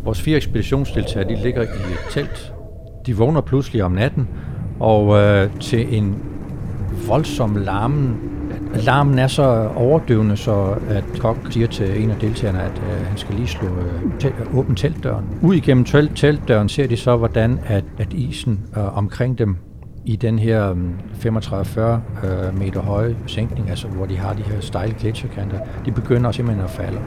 Vores 4 ekspeditionsdeltagere, de ligger i et telt. De vågner pludselig om natten, og til en voldsom larmen. Larmen er så overdøvende, så at Koch siger til en af deltagerne, at han skal lige slå åbne teltdøren. Ud igennem teltdøren ser de så, hvordan at isen omkring dem i den her 35-40 meter høje sænkning, altså hvor de har de her stejle gletsjerkanter, de begynder simpelthen at falde.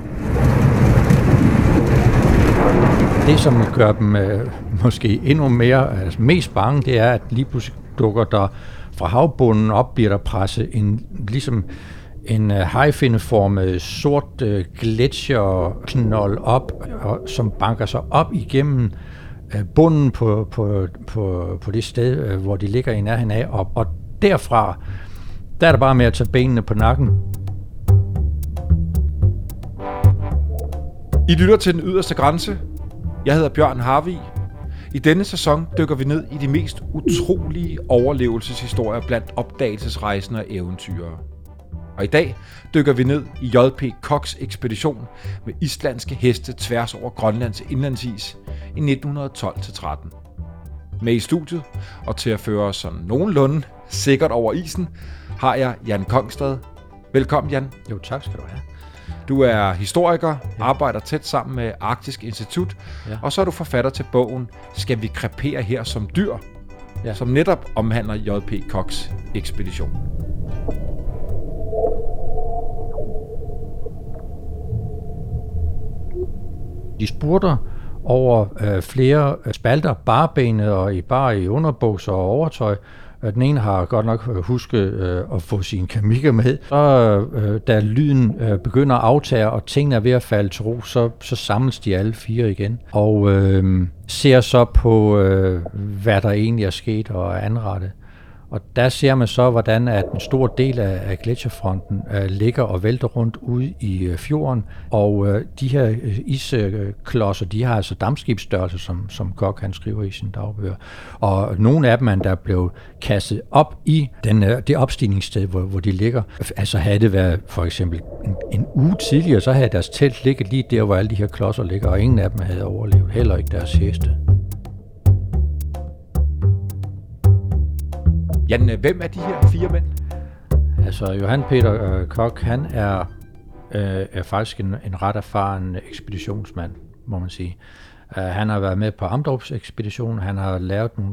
Det, som gør dem måske endnu mere, altså mest bange, det er, at lige pludselig dukker der fra havbunden op, bliver der presset ligesom en hajfindeformet sort gletsjerknold op, som banker sig op igennem bunden på det sted, hvor de ligger i nærheden af. Og derfra, der er der bare med at tage benene på nakken. I lytter til Den Yderste Grænse. Jeg hedder Bjørn Harvig. I denne sæson dykker vi ned i de mest utrolige overlevelseshistorier blandt opdagelsesrejsende og eventyrere. Og i dag dykker vi ned i J.P. Kochs ekspedition med islandske heste tværs over Grønlands indlandsis i 1912-13. Med i studiet og til at føre os sådan nogenlunde sikkert over isen, har jeg Jan Kongstad. Velkommen, Jan. Jo, tak skal du have. Du er historiker, arbejder tæt sammen med Arktisk Institut, og så er du forfatter til bogen Skal vi krepere her som dyr, som netop omhandler J.P. Kochs ekspedition. De spurter over flere spalter, barbenet og bare i underbukser og overtøj. Den ene har godt nok husket at få sine kamikker med. Så da lyden begynder at aftage, og tingene er ved at falde til ro, så samles de alle 4 igen. Og ser så på, hvad der egentlig er sket og er anrettet. Og der ser man så, hvordan at en stor del af gletsjerfronten ligger og vælter rundt ude i fjorden. Og de her isklodser, de har altså dampskibsstørrelse, som Koch han skriver i sin dagbøger. Og nogle af dem er der blev kastet op i det opstigningssted, hvor de ligger. Altså havde det været for eksempel en uge tidligere, så havde deres telt ligget lige der, hvor alle de her klodser ligger, og ingen af dem havde overlevet, heller ikke deres heste. Jan, hvem er de her 4 mænd? Altså, Johan Peter Koch, han er faktisk en ret erfaren ekspeditionsmand, må man sige. Han har været med på Amdrups ekspedition, han har lavet nogle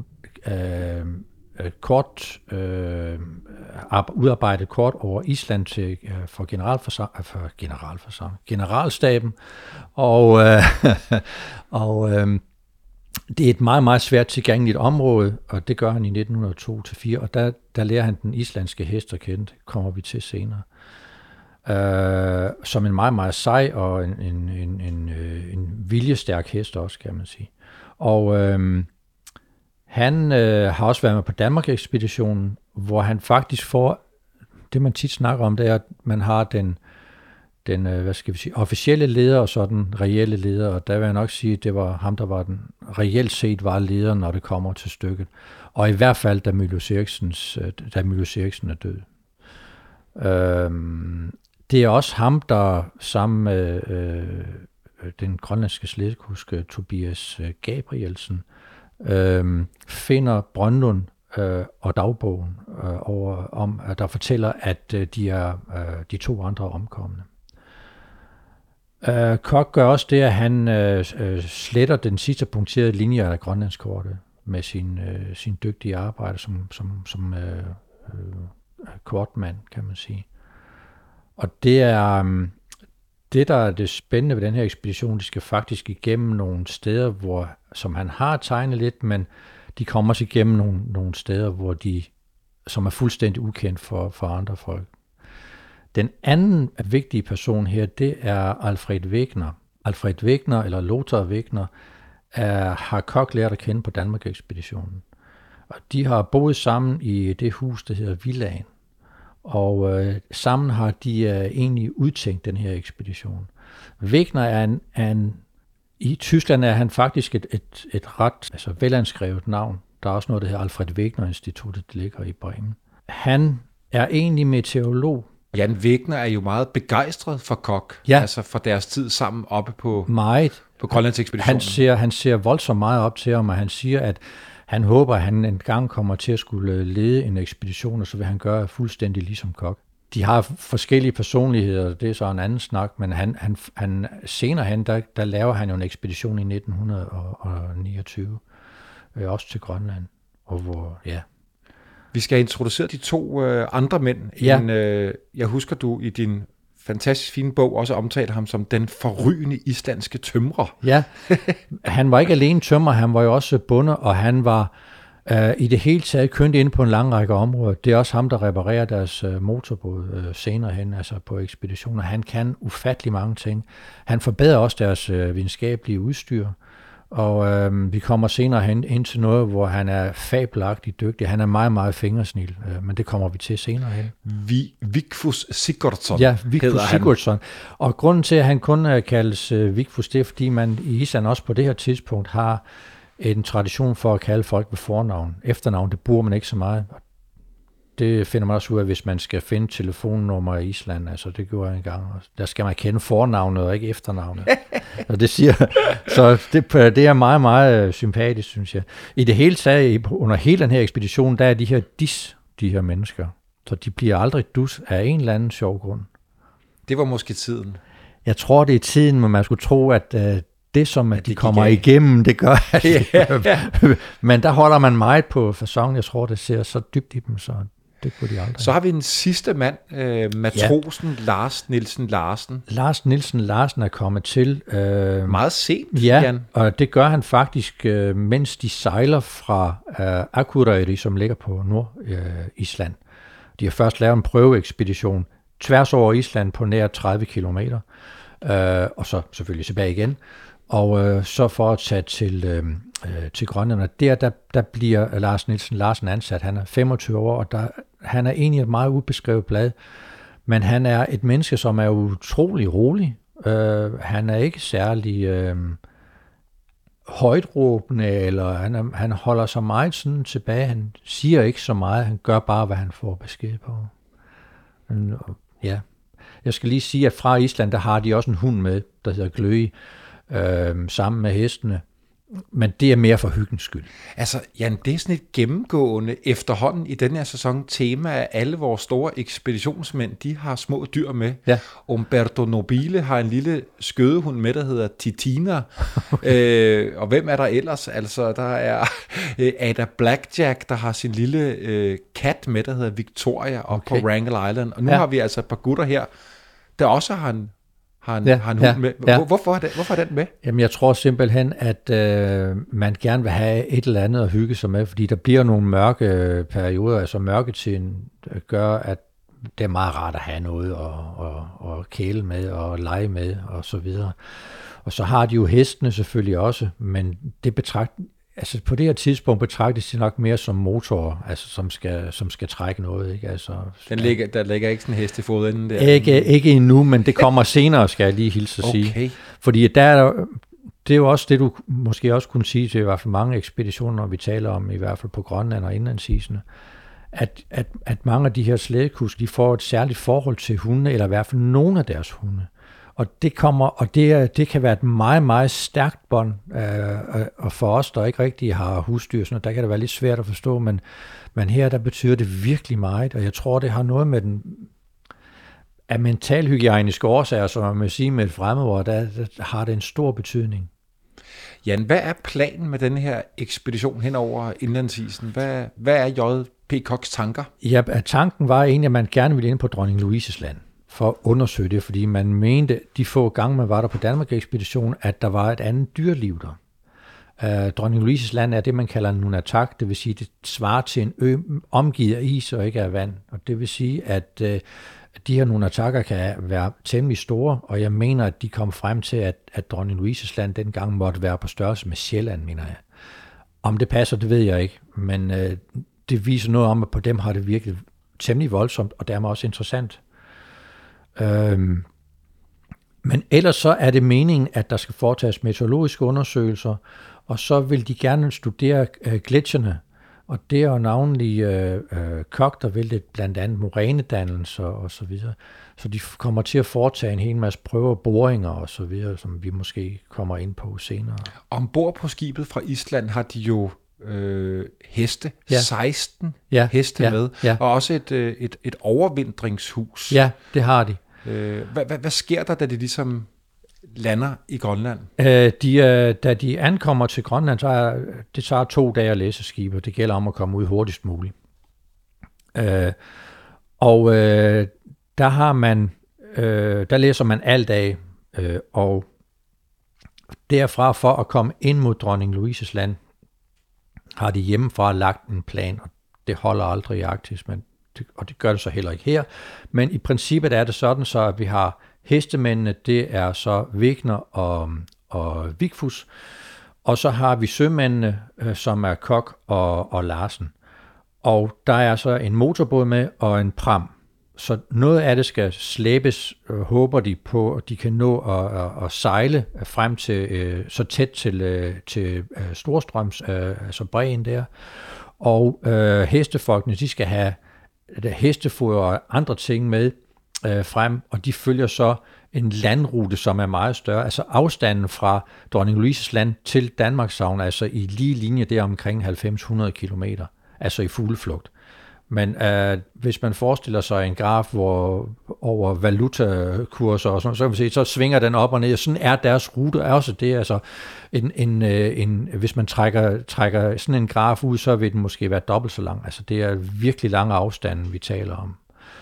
udarbejdet kort over Island for generalstaben, og det er et meget, meget svært tilgængeligt område, og det gør han i 1902-4, og der lærer han den islandske hest at kende. Det kommer vi til senere. Som en meget, meget sej og en viljestærk hest også, kan man sige. Og han har også været med på Danmark-ekspeditionen, hvor han faktisk får, det man tit snakker om, det er, at man har den officielle leder og så den reelle leder, og der vil jeg nok sige, at det var ham, der var den reelt set var lederen, når det kommer til stykket. Og i hvert fald, da Mylius Eriksen er død. Det er også ham, der sammen med den grønlandske slædekusk Tobias Gabrielsen finder Brønlund og dagbogen om, at der fortæller, at de er de 2 andre omkomne. Koch gør også det, at han sletter den sidste punkterede linje af grønlandskortet med sin dygtige arbejde som kortmand, kan man sige. Og det er det, der er det spændende ved den her ekspedition. De skal faktisk igennem nogle steder, som han har tegnet lidt, men de kommer også igennem nogle steder, som er fuldstændig ukendt for andre folk. Den anden vigtige person her, det er Alfred Wegener. Alfred Wegener, eller Lothar Wegener, har Koch lært at kende på Danmark-ekspeditionen. Og de har boet sammen i det hus, der hedder Villaen. Og sammen har de egentlig udtænkt den her ekspedition. Wegener i Tyskland er han faktisk et ret velanskrevet navn. Der er også noget, der hedder Alfred Wegener-instituttet, der ligger i Bremen. Han er egentlig meteorolog. Jan Wegener er jo meget begejstret for Koch, altså for deres tid sammen oppe på... Meget. på Grønlandsekspeditionen. Han ser voldsomt meget op til ham, og han siger, at han håber, at han en gang kommer til at skulle lede en ekspedition, og så vil han gøre fuldstændig ligesom Koch. De har forskellige personligheder, det er så en anden snak, men han senere hen, der laver han jo en ekspedition i 1929, også til Grønland, og hvor, ja. Vi skal introducere de 2 andre mænd. Ja. Jeg husker, du i din fantastisk fine bog også omtalte ham som den forrygende islandske tømrer. Ja, han var ikke alene tømrer, han var jo også bonde, og han var i det hele taget kyndig inde på en lang række områder. Det er også ham, der reparerer deres motorbåd senere hen, altså på ekspeditioner. Han kan ufattelig mange ting. Han forbedrer også deres videnskabelige udstyr, og vi kommer senere hen ind til noget, hvor han er fabelagtigt dygtig. Han er meget, meget fingersnil, men det kommer vi til senere hen. Vigfús Sigurdsson. Ja, Vigfús Sigurdsson. Og grunden til, at han kun kaldes Vigfús, det er, fordi man i Island også på det her tidspunkt har en tradition for at kalde folk ved fornavn. Efternavn, det bruger man ikke så meget. Det finder man også ud af, hvis man skal finde telefonnummer i Island. Altså, det gjorde jeg engang. Der skal man kende fornavnet og ikke efternavnet. Og det er meget, meget sympatisk, synes jeg. I det hele taget, under hele den her ekspedition, der er de her mennesker. Så de bliver aldrig dus af en eller anden sjov grund. Det var måske tiden. Jeg tror, det er tiden, men man skulle tro, at det, som at de kommer igennem, det gør, at men der holder man meget på facon. Jeg tror, det ser så dybt i dem, så det kunne de aldrig. Så har vi en sidste mand, matrosen Lars Nielsen Larsen. Lars Nielsen Larsen er kommet til. Meget sent, ja, Jan. Og det gør han faktisk, mens de sejler fra Akureyri, som ligger på Nord-Island. De har først lavet en prøveekspedition tværs over Island på nær 30 kilometer, og så selvfølgelig tilbage igen. Og så for at tage til Grønland, og der bliver Lars Nielsen Larsen ansat. Han er 25 år, og han er egentlig et meget ubeskrevet blad, men han er et menneske, som er utrolig rolig. Han er ikke særlig højtråbende, eller han holder sig meget sådan tilbage. Han siger ikke så meget, han gør bare, hvad han får besked på. Ja. Jeg skal lige sige, at fra Island, der har de også en hund med, der hedder Gløi, sammen med hestene. Men det er mere for hyggens skyld. Altså, Jan, det er sådan et gennemgående efterhånden i den her sæson tema, at alle vores store ekspeditionsmænd, de har små dyr med. Ja. Umberto Nobile har en lille skødehund med, der hedder Titina. Okay. Og hvem er der ellers? Altså, der er Ada Blackjack, der har sin lille kat med, der hedder Victoria, op på Wrangel Island. Og nu har vi altså et par gutter her, der også har en hund med. Ja. Hvorfor er den med? Jamen, jeg tror simpelthen, at man gerne vil have et eller andet at hygge sig med, fordi der bliver nogle mørke perioder, altså mørketiden gør, at det er meget rart at have noget at kæle med og lege med og så videre. Og så har de jo hestene selvfølgelig også, men altså på det her tidspunkt betragtes de nok mere som motorer, altså som skal trække noget, ikke? Altså, der ligger ikke sådan en hest i fodenden der? Ikke endnu, men det kommer senere, skal jeg lige hilse at sige. Fordi det er jo også det, du måske også kunne sige til i hvert fald mange ekspeditioner, vi taler om, i hvert fald på Grønland og indlandsisene, at mange af de her slædekuske, de får et særligt forhold til hunde, eller i hvert fald nogle af deres hunde. Og det kan være et meget, meget stærkt bånd, og for os, der ikke rigtig har husdyr, der kan det være lidt svært at forstå, men her, der betyder det virkelig meget, og jeg tror, det har noget med af mentalhygiejniske årsager, som man må sige med et fremmedord, der har det en stor betydning. Jan, hvad er planen med den her ekspedition hen over indlandsisen? Hvad er J.P. Kochs tanker? Ja, tanken var egentlig, at man gerne ville ind på Dronning Louises Land for at undersøge det, fordi man mente, de få gange, man var der på Danmark-ekspeditionen, at der var et andet dyreliv der. Dronning Louises Land er det, man kalder en nunatak, det vil sige, det svarer til en ø omgivet af is og ikke af vand. Og det vil sige, at de her nunatakker kan være temmelig store, og jeg mener, at de kom frem til, at Dronning Louises Land dengang måtte være på størrelse med Sjælland, mener jeg. Om det passer, det ved jeg ikke, men det viser noget om, at på dem har det virket temmelig voldsomt, og dermed også interessant. Men ellers så er det meningen, at der skal foretages meteorologiske undersøgelser, og så vil de gerne studere gletsjerne, Og det er jo navnlig Koch, der vil det blandt andet morænedannelser og så videre. Så de kommer til at foretage en hel masse prøver, boringer og så videre, som vi måske kommer ind på senere. Ombord på skibet fra Island har de jo heste, 16 heste med, og også et overvintringshus. Ja, det har de. Hvad sker der, da de ligesom lander i Grønland? Da de ankommer til Grønland, så det tager 2 dage at læse skibet. Det gælder om at komme ud hurtigst muligt. Der læser man alt af, og derfra for at komme ind mod Dronning Louises land, har de hjemmefra lagt en plan, og det holder aldrig i Arktis, og det gør det så heller ikke her. Men i princippet er det sådan, så at vi har hestemændene, det er så Wegner og Vigfus, og så har vi sømændene, som er Koch og Larsen. Og der er så en motorbåd med og en pram. Så noget af det skal slæbes, håber de på, at de kan nå at sejle frem til så tæt til Storstrøms, altså bræen der. Og hestefolkene, de skal have hestefoder og andre ting med frem, og de følger så en landrute, som er meget større. Altså afstanden fra Dronning Louises land til Danmarkshavn, altså i lige linje der omkring 90-100 kilometer, altså i fugleflugt. Men hvis man forestiller sig en graf over valutakurser og sådan, så kan man se, så svinger den op og ned, og sådan er deres rute også. Det er altså hvis man trækker sådan en graf ud, så vil den måske være dobbelt så lang. Altså det er virkelig lange afstande, vi taler om.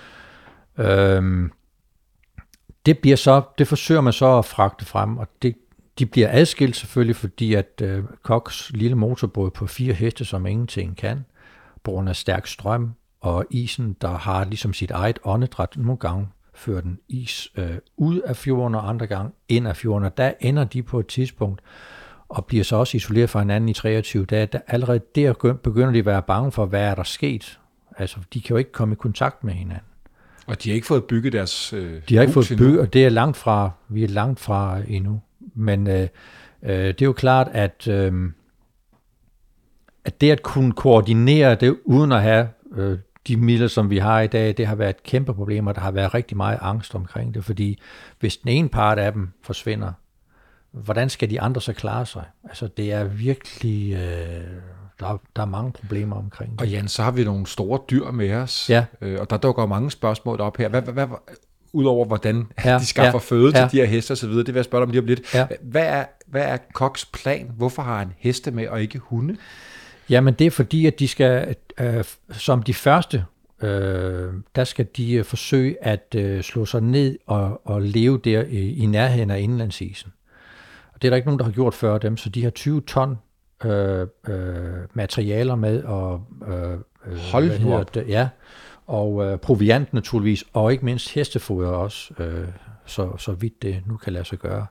Det forsøger man så at fragte frem, og de bliver adskilt selvfølgelig, fordi at Kochs lille motorbåd på 4 heste, som ingenting kan, på grund af stærk strøm og isen, der har ligesom sit eget åndedræt. Nogle gange fører den is ud af fjorden, og andre gange ind af fjorden. Og der ender de på et tidspunkt og bliver så også isoleret fra hinanden i 23 dage. Allerede der begynder de at være bange for, hvad er der sket. Altså, de kan jo ikke komme i kontakt med hinanden. Og de har ikke fået bygget deres de har ikke fået bygget, og det er vi er langt fra endnu. Men det er jo klart, at det at kunne koordinere det, uden at have de midler, som vi har i dag, det har været et kæmpe problem, og der har været rigtig meget angst omkring det, fordi hvis den ene part af dem forsvinder, hvordan skal de andre så klare sig? Altså det er virkelig, der er mange problemer omkring det. Og Jan, så har vi nogle store dyr med os, og der dukker mange spørgsmål op her. Hvad udover hvordan de skaffer føde til de her heste og så videre, det vil jeg spørge dig om lige om lidt. Ja. Hvad er Kochs plan? Hvorfor har han heste med og ikke hunde? Jamen det er fordi, at de skal, som de første, der skal de forsøge at slå sig ned og leve der i nærheden af indlandsisen. Og det er der ikke nogen, der har gjort før dem, så de har 20 ton materialer med, og hold nu op. Og proviant naturligvis, og ikke mindst hestefoder også, så vidt det nu kan lade sig gøre.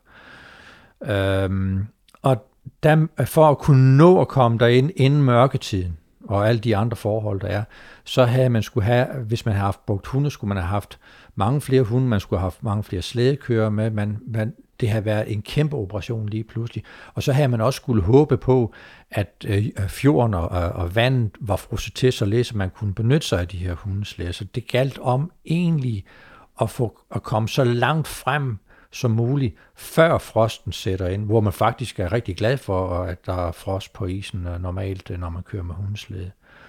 Og for at kunne nå at komme derind inden mørketiden, og alle de andre forhold, der er, så havde man hvis man havde brugt hunde, skulle man have haft mange flere hunde, man skulle have haft mange flere slædekører med, det havde været en kæmpe operation lige pludselig. Og så havde man også skulle håbe på, at fjorden og vandet var frosset til, således at man kunne benytte sig af de her hundeslæder. Så det galt om egentlig at komme så langt frem som muligt, før frosten sætter ind, hvor man faktisk er rigtig glad for, at der er frost på isen normalt, når man kører med hundeslæde.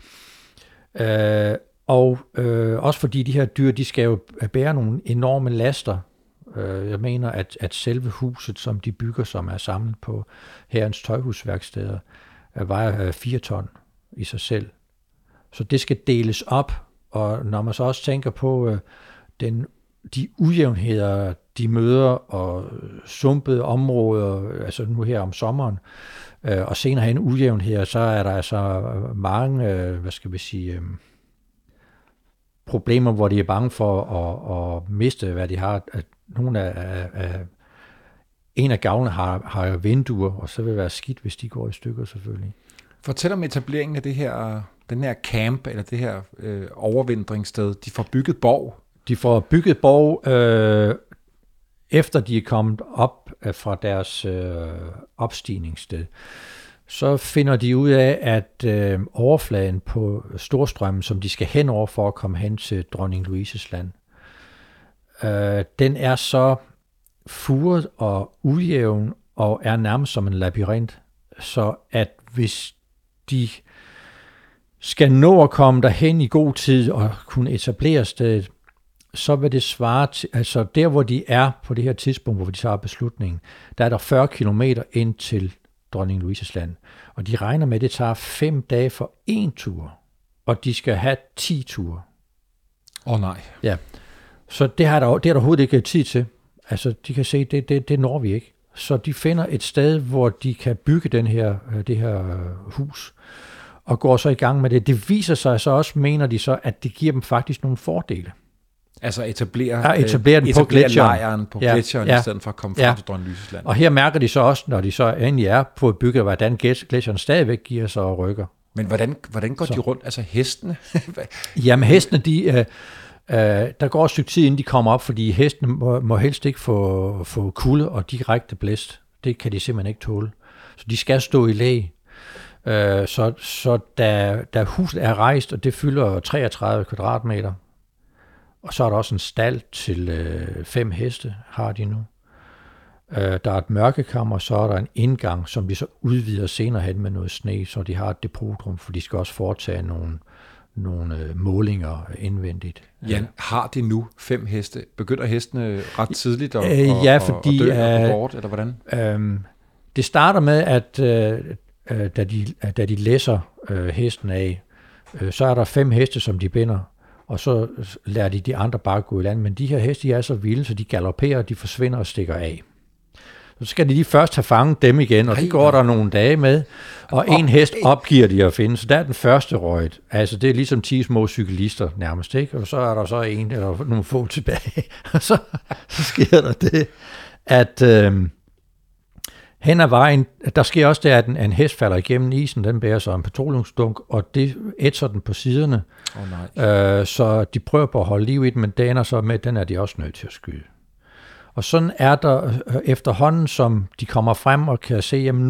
Også fordi de her dyr, de skal jo bære nogle enorme laster. Jeg mener, at selve huset, som de bygger, som er samlet på Hærens Tøjhusværksteder, vejer 4 ton i sig selv. Så det skal deles op, og når man så også tænker på de ujævnheder, de møder, og sumpede områder, altså nu her om sommeren, og senere hen ujævnheder, så er der altså mange, problemer, hvor de er bange for at miste, hvad de har. En af gavlene har vinduer, og så vil det være skidt, hvis de går i stykker selvfølgelig. Fortæl om etableringen af den her camp, eller det her overvintringssted. De får bygget borg. De får bygget borg, efter de er kommet op fra deres opstigningssted. så finder de ud af, at overfladen på Storstrømmen, som de skal hen over for at komme hen til Dronning Louises land, den er så furet og ujævn og er nærmest som en labyrint, så at hvis de skal nå at komme derhen i god tid og kunne etablere stedet, så vil det svare til, altså der hvor de er på det her tidspunkt, hvor de tager beslutningen, der er der 40 kilometer ind til Dronning Louises land, og de regner med, at det tager 5 dage for 1 tur, og de skal have 10 ture. Nej. Ja, så det er der overhovedet ikke tid til. Altså, de kan se, det når vi ikke. Så de finder et sted, hvor de kan bygge det her hus, og går så i gang med det. Det viser sig så også, mener de så, at det giver dem faktisk nogle fordele. Altså etablere den på gletsjeren. Lejren på gletsjeren, i stedet for at komme frem til Dronning Louises land. Og her mærker de så også, når de så endelig er på et bygge, hvordan gletsjeren stadigvæk giver sig og rykker. Men hvordan går de rundt? Altså hestene? Jamen hestene, der går et stykke tid, inden de kommer op, fordi hestene må helst ikke få kulde og direkte blæst. Det kan de simpelthen ikke tåle. Så de skal stå i læ. Så da huset er rejst, og det fylder 33 kvadratmeter, og så er der også en stald til 5 heste, har de nu. Der er et mørkekammer, så er der en indgang, som de så udvider senere hen med noget sne, så de har et depotrum, for de skal også foretage nogle målinger indvendigt. Jan, har de nu 5 heste? Begynder hestene ret tidligt at dø og bort, eller hvordan? Det starter med, at da de læsser hesten af, så er der 5 heste, som de binder, og så lader de andre bare gå i land. Men de her heste, de er så vilde, så de galopperer, de forsvinder og stikker af. Så skal de lige først have fanget dem igen, og det går der nogle dage med, og en hest opgiver de at finde, så der er den første røget. Altså det er ligesom 10 små cyklister nærmest, ikke? Og så er der så en eller nogle få tilbage, og så sker der det, at hen ad vejen, der sker også det, at en hest falder igennem isen, den bærer sig en petroleumsdunk, og det ætser den på siderne. Så de prøver på at holde liv i den, men det ender så med, den er de også nødt til at skyde. Og sådan er der efterhånden, som de kommer frem og kan se, jamen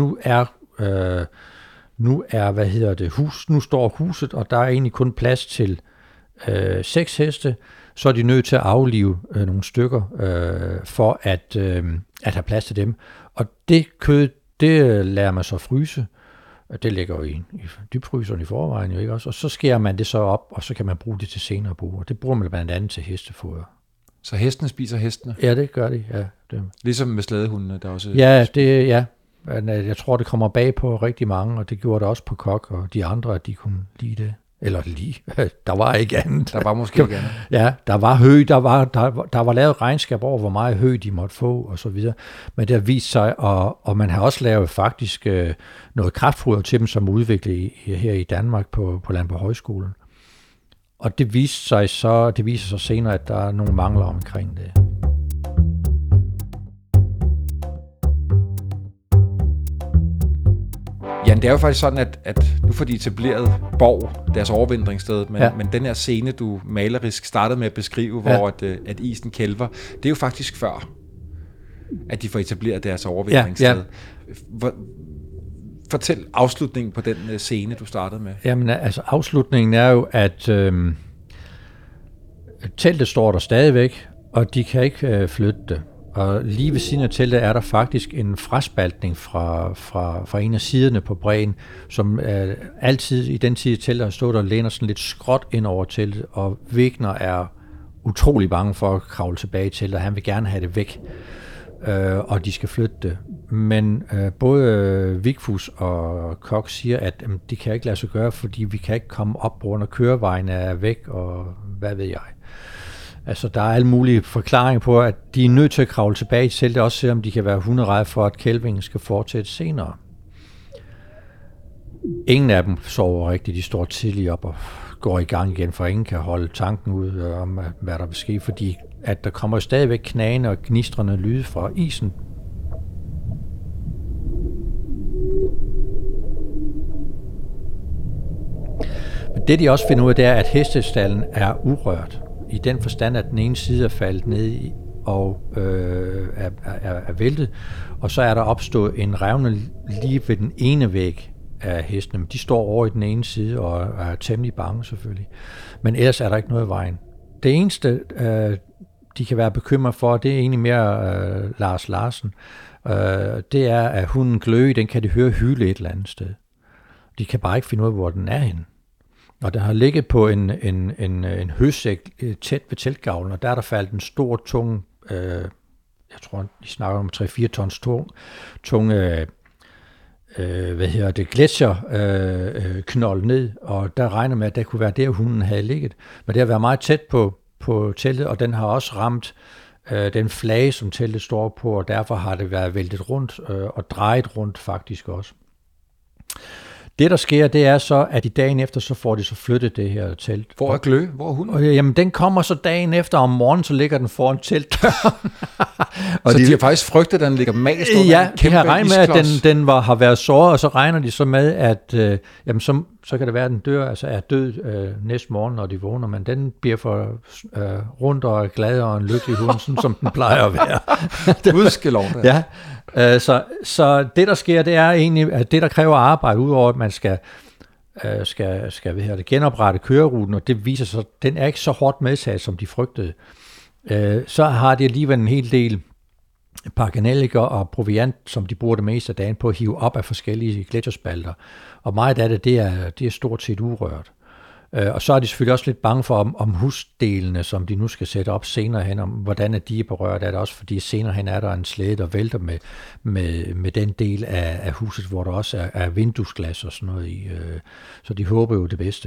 nu står huset, og der er egentlig kun plads til 6 heste, så er de nødt til at aflive nogle stykker for at have plads til dem. Og det kød, det lader man så fryse. Det ligger jo i dybfryseren i forvejen jo, ikke også? Og så skærer man det så op, og så kan man bruge det til senere brug. Og det bruger man blandt andet til hestefoder. Så hestene spiser hestene? Ja, det gør de, ja. Ligesom med slædehundene, der også... Ja. Jeg tror, det kommer bag på rigtig mange, og det gjorde det også på Kok og de andre, at de kunne lide det. Eller der var ikke andet. Der var måske ikke andet. Ja, der var hø, der var lavet regnskab over, hvor meget hø de måtte få, og så videre. Men det har vist sig, og man har også lavet faktisk noget kraftfoder til dem, som udviklet her i Danmark på Landbohøjskolen. Og det viser sig senere, at der er nogle mangler omkring det. Jan, det er jo faktisk sådan, at nu får de etableret Borg, deres overvintringssted, men den her scene, du malerisk startede med at beskrive, hvor at isen kælver, det er jo faktisk før, at de får etableret deres overvintringssted. Ja. Fortæl afslutningen på den scene, du startede med. Jamen, altså afslutningen er jo, at teltet står der stadigvæk, og de kan ikke flytte det. Og lige ved siden af teltet er der faktisk en fraspaltning fra en af siderne på bræen, som altid i den tid teltet har stået og læner sådan lidt skråt ind over teltet, og Wegener er utrolig bange for at kravle tilbage i teltet, og han vil gerne have det væk, og de skal flytte det. Men både Vigfús og Kok siger, at det kan ikke lade sig gøre, fordi vi kan ikke komme op, på grund af kørevejen er væk, og hvad ved jeg. Altså, der er alle mulige forklaringer på, at de er nødt til at kravle tilbage til teltet, også selvom de kan være hunderæde for, at kælvingen skal fortsætte senere. Ingen af dem sover rigtigt. De står tidligt op og går i gang igen, for ingen kan holde tanken ud om, hvad der vil ske, fordi at der kommer stadigvæk knagende og gnistrende lyde fra isen. Men det, de også finder ud af, det er, at hestestallen er urørt. I den forstand, at den ene side er faldet ned og er væltet, og så er der opstået en revne lige ved den ene væg af hestene. De står over i den ene side og er temmelig bange selvfølgelig. Men ellers er der ikke noget i vejen. Det eneste, de kan være bekymret for, det er egentlig mere Lars Larsen. Det er, at hunden Glø, den kan de høre hyle et eller andet sted. De kan bare ikke finde ud af, hvor den er henne. Og der har ligget på en høsæk tæt ved teltgavlen, og der er der faldet en stor, tung, jeg tror, de snakker om 3-4 tons tung gletsjerknold ned, og der regner med, at det kunne være der, hunden havde ligget. Men det har været meget tæt på teltet, og den har også ramt den flage, som teltet står på, og derfor har det været væltet rundt og drejet rundt faktisk også. Det, der sker, det er så, at i dagen efter, så får de så flyttet det her telt. Hvor er Glø? Hvor er hunden? Jamen, den kommer så dagen efter om morgenen, så ligger den foran teltdøren. Så de har faktisk frygtet, at den ligger mast under ja, en kæmpe de har regnet med, at isklods. den har været såret, og så regner de så med, at jamen, så kan det være, at den dør, altså er død næste morgen, når de vågner, men den bliver for rundt og glad og en lykkelig hund, sådan som den plejer at være. Gudskelov. Ja, så det, der sker, det er egentlig, at det, der kræver arbejde, udover at man skal genoprette køreruten, og det viser sig, at den er ikke så hårdt medtaget, som de frygtede. Så har de alligevel en hel del paganelliker og proviant, som de bruger det meste af dagen på at hive op af forskellige gletsjerspalter. Og meget af det er stort set urørt. Og så er de selvfølgelig også lidt bange for om husdelene, som de nu skal sætte op senere hen, om hvordan de er berørt af det også, fordi senere hen er der en slæde, der vælter med den del af huset, hvor der også er vinduesglas og sådan noget i. Så de håber jo det bedste.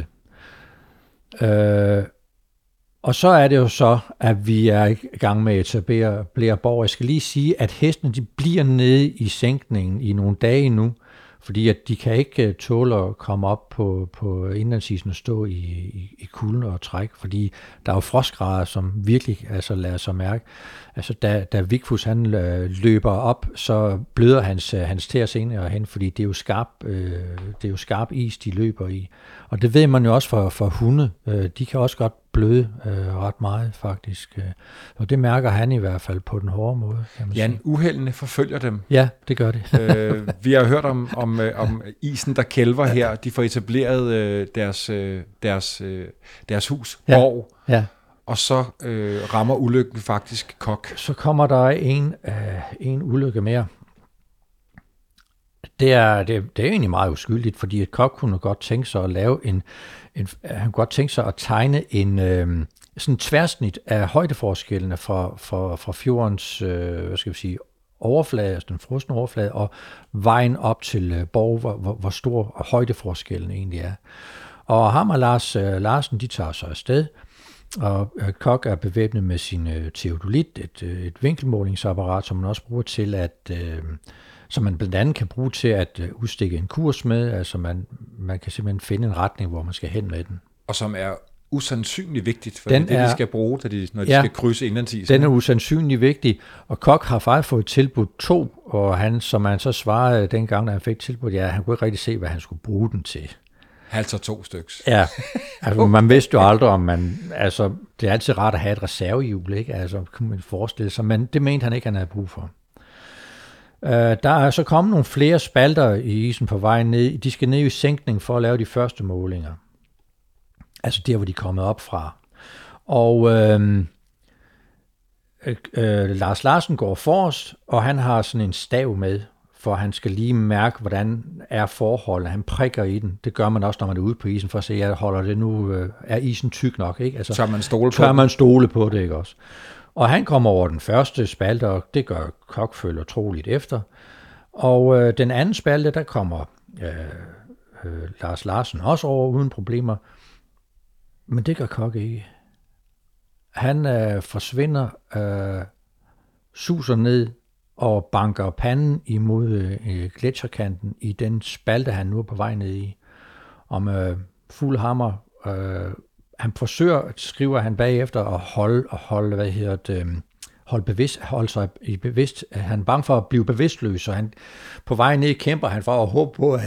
Og så er det jo så, at vi er i gang med at etablere borg. Jeg skal lige sige, at hestene de bliver nede i sænkningen i nogle dage nu, fordi at de kan ikke tåle at komme op på indlandsisen og stå i kulden og træk, fordi der er jo frostgrader, som virkelig lader sig mærke. Altså da Vigfus han løber op, så bløder hans tæer senere hen, fordi det er jo skarp is, de løber i. Og det ved man jo også for hunde. De kan også godt bløde ret meget faktisk. Og det mærker han i hvert fald på den hårde måde. Jan, uheldene forfølger dem. Ja, det gør det. Vi har hørt om isen, der kælver her. De får etableret deres hus, borg. Ja. Og så rammer ulykken faktisk Kok. Så kommer der en ulykke mere. Det er egentlig meget uskyldigt, fordi et Kok kunne godt tænke sig at lave han kunne godt tænke sig at tegne sådan en tværsnit af højdeforskellene fra fjordens, overflade, altså den frosne overflade, og vejen op til Borg, hvor stor højdeforskellen egentlig er. Og ham og Lars Larsen, de tager sig afsted, og Kok er bevæbnet med sin teodolit, et vinkelmålingsapparat, som man også bruger til som man blandt andet kan bruge til at udstikke en kurs med, altså man kan simpelthen finde en retning, hvor man skal hen med den. Og som er usandsynligt vigtigt, for det de skal bruge, når de skal krydse indlandsisen. Den er usandsynligt vigtig, og Kok har faktisk fået tilbudt 2, og han, som han så svarede dengang, da han fik tilbudt, han kunne ikke rigtig se, hvad han skulle bruge den til. Altså 2 styks. Ja, altså man vidste jo aldrig, om det er altid rart at have et reservehjul, ikke? Altså kunne man forestille sig, men det mente han ikke, han havde brug for. Der er så kommet nogle flere spalter i isen på vejen ned. De skal ned i sænkning for at lave de første målinger. Altså der, hvor de er kommet op fra. Og Lars Larsen går forrest, og han har sådan en stav med, for han skal lige mærke, hvordan er forholdet. Han prikker i den. Det gør man også, når man er ude på isen, for at se, at holder det nu, er isen tyk nok, ikke? Altså, tør man stole på det, ikke også? Og han kommer over den første spalte, og det gør Kok følger troligt efter. Og den anden spalte, der kommer Lars Larsen også over uden problemer. Men det gør Kok ikke. Han forsvinder, suser ned og banker panden imod gletsjerkanten i den spalte, han nu er på vej ned i. Og med fuld hammer. Han forsøger, skriver han bagefter, at holde sig i bevidst. Han er bange for at blive bevidstløs, og han på vej ned kæmper han for at håbe på,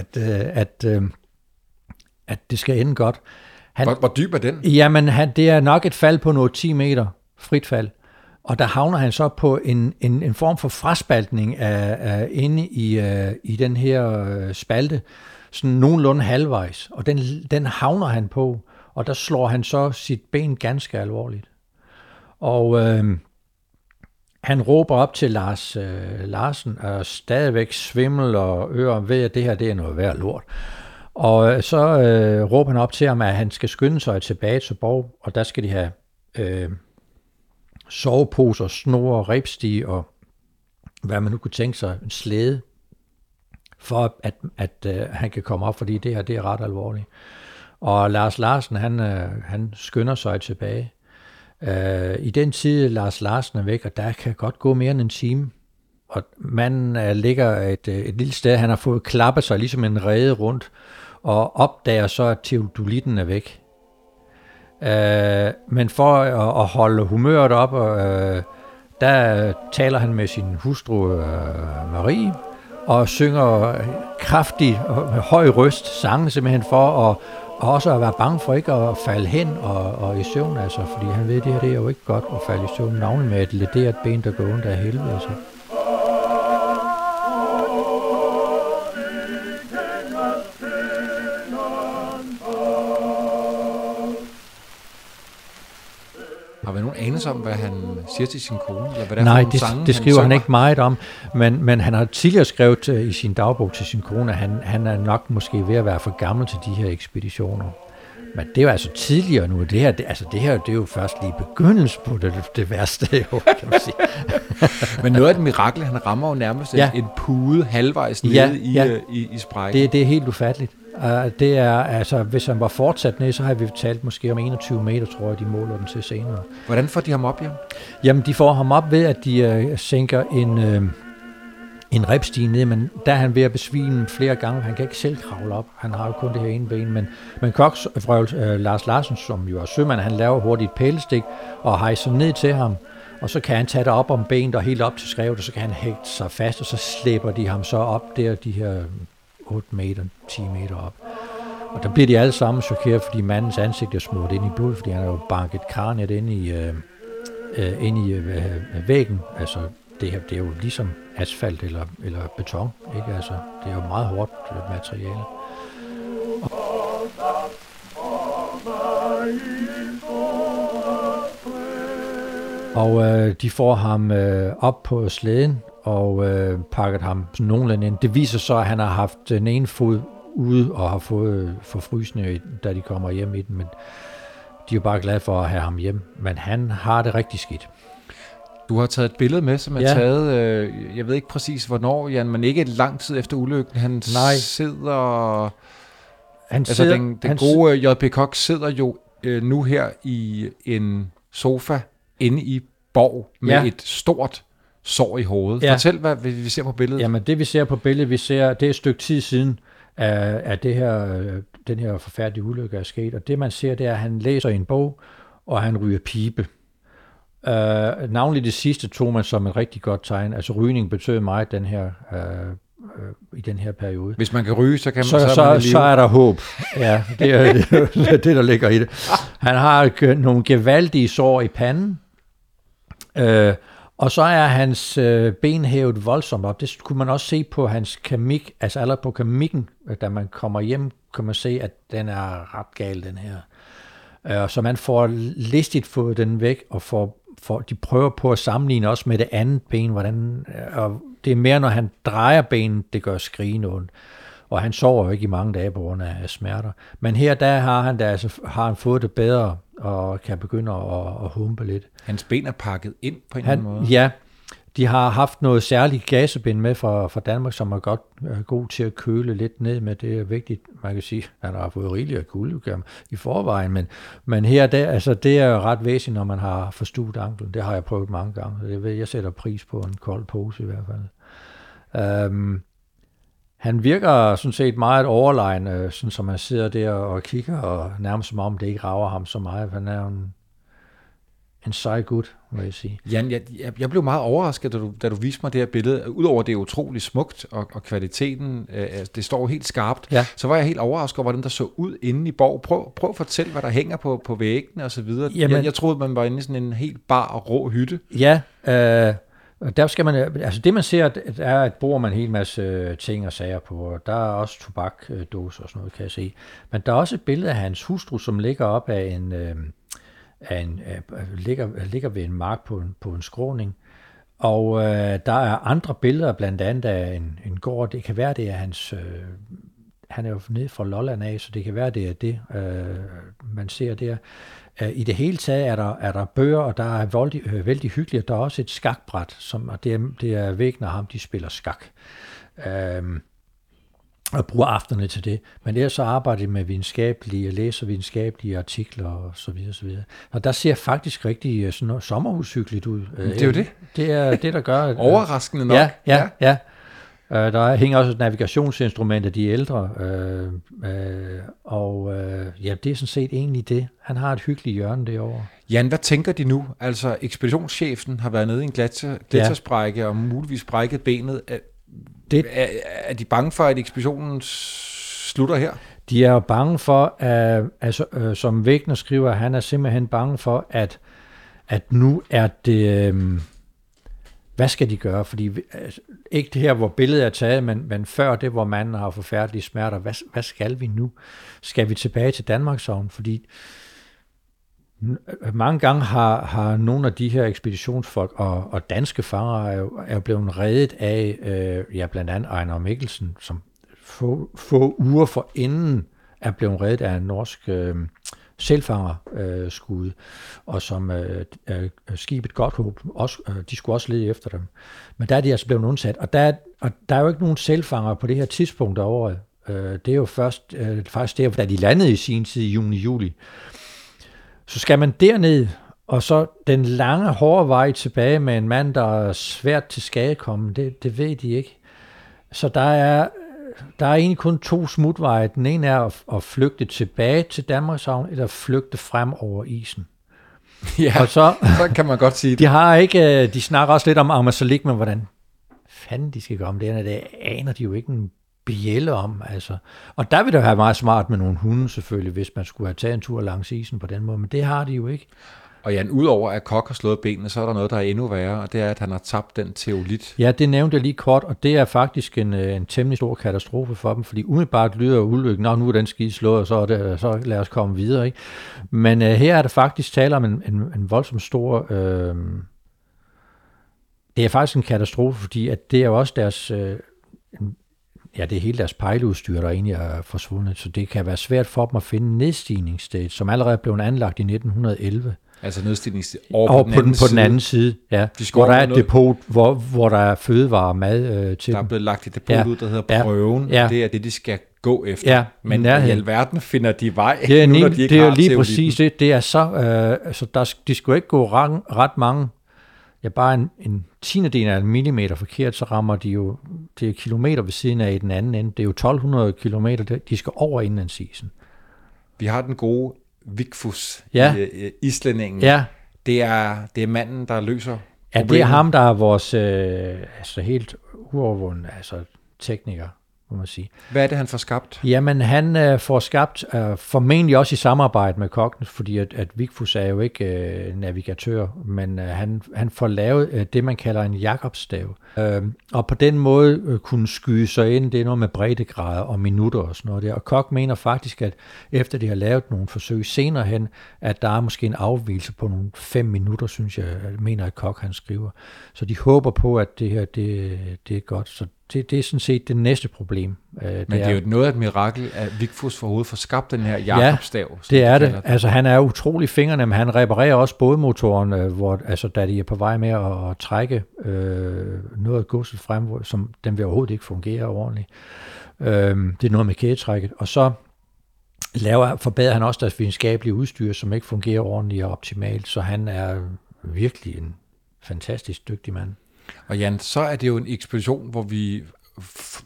at det skal ende godt. Hvor dyb er den? Jamen, det er nok et fald på noget 10 meter, frit fald. Og der havner han så på en form for fraspaltning inde i den her spalte, sådan nogenlunde halvvejs. Og den havner han på, og der slår han så sit ben ganske alvorligt. Og han råber op til Lars Larsen, og stadigvæk svimmel og ører ved, at det her det er noget værd lort. Og så råber han op til ham, at han skal skynde sig tilbage til Borg, og der skal de have soveposer, snore, rebstige og hvad man nu kunne tænke sig, en slæde, for at han kan komme op, fordi det her det er ret alvorligt. Og Lars Larsen, han skynder sig tilbage. I den tid, Lars Larsen er væk, og der kan godt gå mere end en time. Og manden ligger et lille sted, han har fået klappet sig ligesom en rede rundt, og opdager så, at teodolitten er væk. Men for at holde humøret op, der taler han med sin hustru Marie, og synger kraftigt og med høj røst sange simpelthen for at også at være bange for ikke at falde hen og i søvn, altså, fordi han ved, at det her det er jo ikke godt at falde i søvn, navnet med et lederet ben, der går ondt af helvede, altså. Har vi nogen anelse om, hvad han siger til sin kone? Eller hvad Nej, det skriver han ikke meget om, men han har tidligere skrevet i sin dagbog til sin kone, at han er nok måske ved at være for gammel til de her ekspeditioner. Men det er jo altså tidligere nu. Det her, det er jo først lige begyndelsen på det værste, jo, kan man sige. Men noget af det mirakel, han rammer jo nærmest en pude halvvejs nede i sprækken. Det er helt ufatteligt. Det er, altså, hvis han var fortsat ned, så har vi talt måske om 21 meter, tror jeg, de måler den til senere. Hvordan får de ham op, Jan? Jamen, de får ham op ved, at de sænker en rebstige ned, men der er han ved at besvime flere gange. Han kan ikke selv kravle op. Han har jo kun det her ene ben, men koksfrøvel Lars Larsen, som jo er sømand, han laver hurtigt et pælestik og hejser ned til ham, og så kan han tage det op om benet og helt op til skrevet, og så kan han hægte sig fast, og så slæber de ham så op der, de her 8 meter, 10 meter op. Og der bliver de alle sammen chokeret, fordi mandens ansigt er smurt ind i blod, fordi han har jo banket kraniet ind i væggen. Altså, det er jo ligesom asfalt eller beton, ikke? Altså, det er jo meget hårdt materiale. Og de får ham op på slæden og pakket ham sådan nogenlunde ind. Det viser så, at han har haft den ene fod ude og har fået forfrysning, da de kommer hjem i den, men de er jo bare glade for at have ham hjem. Men han har det rigtig skidt. Du har taget et billede med, som er taget, jeg ved ikke præcis hvornår, Jan, men ikke lang tid efter ulykken. Han sidder... Den gode J.P. Koch sidder jo nu her i en sofa inde i Borg med et stort sår i hovedet. Ja. Fortæl, hvad vi ser på billedet. Jamen, det vi ser på billedet, det er et stykke tid siden, at den her forfærdelige ulykke er sket. Og det man ser, det er, at han læser en bog, og han ryger pibe. Navnlig det sidste tog man som et rigtig godt tegn. Altså rygning betød meget i den her periode. Hvis man kan ryge, så kan man så er der håb. Ja, det er det, der ligger i det. Han har nogle gevaldige sår i panden, og så er hans ben hævet voldsomt op. Det kunne man også se på hans kemik, altså allerede på kemikken, da man kommer hjem, kan man se, at den er ret gal, den her. Så man får listigt fået den væk, og de prøver på at sammenligne også med det andet ben, og det er mere, når han drejer benet, det gør skrigende ondt. Og han sover jo ikke i mange dage på grund af smerter. Men her der har han fået det bedre, og kan begynde at humpe lidt. Hans ben er pakket ind på en eller anden måde? Ja, de har haft noget særligt gasebind med fra Danmark, som er godt god til at køle lidt ned med. Det er vigtigt, man kan sige. Han har fået rigeligt af kulde i forvejen, men her, det er ret væsentligt, når man har forstuet anklen. Det har jeg prøvet mange gange. Jeg sætter pris på en kold pose i hvert fald. Han virker sådan set meget overlegen, sådan som man sidder der og kigger, og nærmest som om det ikke rager ham så meget. Han er en sej gut, må jeg sige. Jan, jeg blev meget overrasket, da du viste mig det her billede. Udover det er utroligt smukt, og kvaliteten, det står helt skarpt, så var jeg helt overrasket over, hvordan der så ud inde i Borg. Prøv at fortælle, hvad der hænger på væggene og så videre. Jeg troede, man var inde i sådan en helt bar og rå hytte. Ja, der skal man, altså det man ser, der er et bord med en hel masse ting og sager på, og der er også tobakdåser og sådan noget, kan jeg se. Men der er også et billede af hans hustru, som ligger op af ligger ved en mark på en skråning. Og der er andre billeder, blandt andet af en gård. Det kan være, det er hans... han er jo nede fra Lolland af, så det kan være, det er det, man ser der. I det hele taget er der bøger, og der er vældig hyggeligt. Der er også et skakbræt, og det er væggene af ham, de spiller skak. Og bruger aftenerne til det. Men ellers så arbejder de med læser videnskabelige artikler og så videre, så videre. Og der ser faktisk rigtig sådan noget sommerhushyggeligt ud. Det er jo det. Det er det, der gør... Overraskende nok. Ja. Der hænger også et navigationsinstrument af de ældre, det er sådan set egentlig det. Han har et hyggeligt hjørne derovre. Jan, hvad tænker de nu? Altså, ekspeditionschefen har været nede i en gletsjersprække og muligvis brækket benet. Er de bange for, at ekspeditionen slutter her? De er jo bange for, som Wegener skriver, han er simpelthen bange for, at nu er det... hvad skal de gøre? Fordi ikke det her, hvor billedet er taget, men før det, hvor manden har forfærdelige smerter. Hvad skal vi nu? Skal vi tilbage til Danmarkshavn? Fordi mange gange har nogle af de her ekspeditionsfolk og danske fanger er jo blevet reddet af, blandt andet Einar Mikkelsen, som få uger forinden er blevet reddet af en norsk sælfangerskud, og som skibet Godthåb, de skulle også lede efter dem. Men der er de altså blevet undsat, og der er jo ikke nogen sælfanger på det her tidspunkt af året. Det er jo faktisk der, da de landede i sin tid i juni-juli. Så skal man derned, og så den lange, hårde vej tilbage med en mand, der er svært til skadekommen, det ved de ikke. Så der er egentlig kun 2 smutveje. Den ene er at flygte tilbage til Danmarkshavn, eller flygte frem over isen. Ja, og så kan man godt sige det. De snakker også lidt om Ammassalik, men hvordan fanden de skal gøre om det aner de jo ikke en bjælle om. Altså. Og der vil det have meget smart med nogle hunde selvfølgelig, hvis man skulle have taget en tur langs isen på den måde, men det har de jo ikke. Og Jan, udover at Koch har slået benene, så er der noget, der er endnu værre, og det er, at han har tabt den teolit. Ja, det nævnte jeg lige kort, og det er faktisk en temmelig stor katastrofe for dem, fordi umiddelbart lyder ulykken, nu er den skide slået, og så lad os komme videre. Ikke? Men her er der faktisk tale om en voldsom stor... det er faktisk en katastrofe, fordi at det er jo også deres... det er hele deres pejleudstyr, der egentlig er forsvundet, så det kan være svært for dem at finde nedstigningsstedet, som allerede blev anlagt i 1911. Altså nedstigningsstedet over på den anden side. Ja, hvor der er et depot, hvor der er fødevarer og mad til. Der er blevet lagt et depot ud, der hedder Prøven. Ja. Det er det, de skal gå efter. Ja, men i alverden finder de vej, det er nu, når de ikke det er lige præcis det. Det er så de skulle ikke gå ret mange. Ja, bare en tiendedel af en millimeter forkert, så rammer de jo, det er kilometer ved siden af i den anden ende. Det er jo 1200 kilometer, de skal over indlandsisen. Vi har den gode Vigfús, islændingen. Ja. Det er manden, der løser problemet. Det er ham, der er vores helt uovervundet tekniker, må man sige. Hvad er det, han får skabt? Jamen, han får skabt, formentlig også i samarbejde med Koch, fordi at Vigfús er jo ikke navigatør, men han får lavet det, man kalder en Jakobsstav. Og på den måde kunne skyde sig ind, det er noget med breddegrader og minutter og sådan noget der. Og Koch mener faktisk, at efter de har lavet nogle forsøg senere hen, at der er måske en afvigelse på nogle 5 minutter, synes jeg mener, at Koch han skriver. Så de håber på, at det her det er godt. Så det er sådan set det næste problem. Men det er jo noget af et mirakel, at Vigfús forhovedet får skabt den her Jakobsstav. Ja, det er det. Altså han er utrolig fingrene, men han reparerer også bådmotoren, da de er på vej med at trække noget af godset frem, som den vil overhovedet ikke fungere ordentligt. Det er noget med kædetrækket. Og så forbedrer han også deres videnskabelige udstyr, som ikke fungerer ordentligt og optimalt, så han er virkelig en fantastisk dygtig mand. Og Jan, så er det jo en ekspedition, hvor vi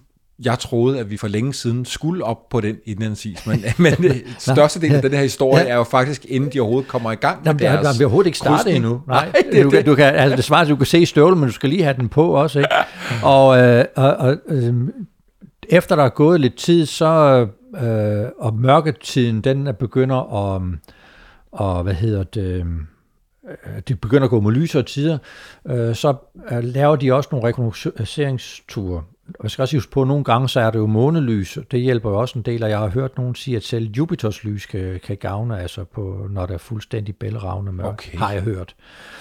Jeg troede, at vi for længe siden skulle op på den indlandsis, men størstedelen af den her historie er jo faktisk, inden de overhovedet kommer i gang med deres Der er overhovedet ikke startet endnu. Nej, du kan, altså det svarer, du kan se støvlen, men du skal lige have den på også, ikke? Og efter der er gået lidt tid, så og mørketiden, den begynder det begynder at gå mod lysere tider, så laver de også nogle rekognosceringsture. Jeg skal også huske på, at nogle gange så er det jo månelys, det hjælper jo også en del, og jeg har hørt nogen sige, at selv Jupiters lys kan gavne, altså når der er fuldstændig bælragende mørkt, har jeg hørt.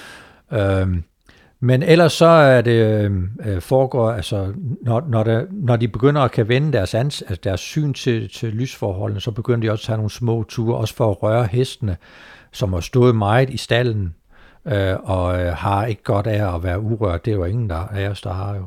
Men ellers så er det foregår, altså når de begynder at kan vende deres syn til lysforholdene, så begynder de også at tage nogle små ture, også for at røre hestene, som har stået meget i stallen, og har ikke godt af at være urørt. Det er jo ingen af os, der har jo.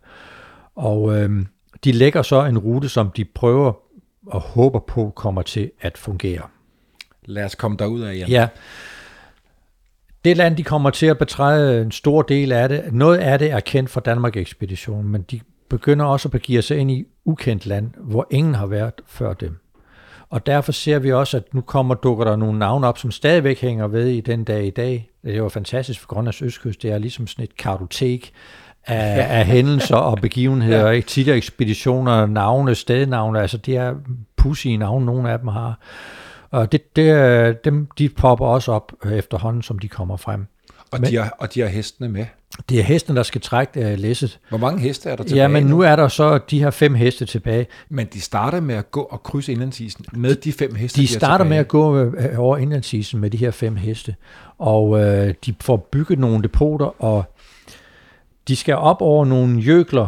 De lægger så en rute, som de prøver og håber på kommer til at fungere. Lad os komme derud af, Jan. Ja. Det land, de kommer til at betræde en stor del af det, noget af det er kendt fra Danmark-ekspeditionen, men de begynder også at begive sig ind i ukendt land, hvor ingen har været før dem. Og derfor ser vi også, at nu dukker der nogle navne op, som stadigvæk hænger ved i den dag i dag. Det er jo fantastisk for Grønlands østkyst. Det er ligesom sådan et kartotek af hændelser og begivenheder. Ikke? Tidligere ekspeditioner, navne, stednavne, altså de er pudsige navne, nogle af dem har. Og de popper også op efterhånden, som de kommer frem. Og de har hestene med? Det er hestene, der skal trække læsset. Hvor mange heste er der tilbage? Ja, men nu er der så de her 5 heste tilbage. Men de starter med at gå og krydse indlandsisen med de 5 heste, de starter med at gå over indlandsisen med de her 5 heste. Og de får bygget nogle depoter, og de skal op over nogle jøgler,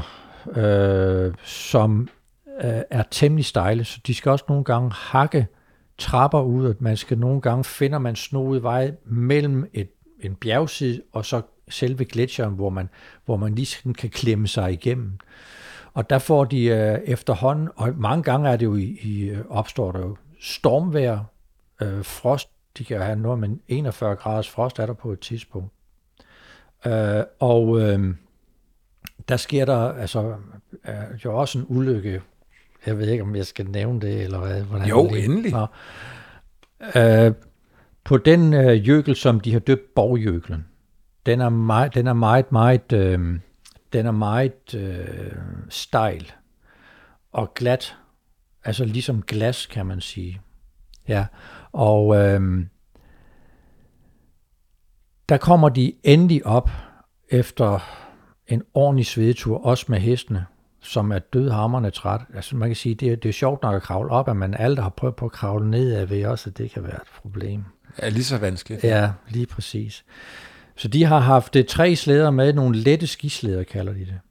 som er temmelig stejle. Så de skal også nogle gange hakke trapper ud, og man skal nogle gange finder man snoet vej mellem en bjergside og så selve gletsjeren, hvor man lige kan klemme sig igennem. Og der får de efterhånden, og mange gange er det jo opstår der jo stormvejr, frost, de kan have noget med 41 graders frost er der på et tidspunkt. Der sker der altså jo også en ulykke. Jeg ved ikke, om jeg skal nævne det, eller hvad. Jo, endelig. På den jøkel, som de har døbt Borgjøklen, den er meget stejl og glat, altså ligesom glas, kan man sige. Ja, og der kommer de endelig op efter en ordentlig svedetur, også med hestene, som er dødhamrende træt. Altså man kan sige, det er sjovt nok at kravle op, men alle, der har prøvet på at kravle nedad, ved også, at det kan være et problem. Ja, lige så vanskeligt. Ja, lige præcis. Så de har haft 3 slæder med, nogle lette skislæder, kalder de det.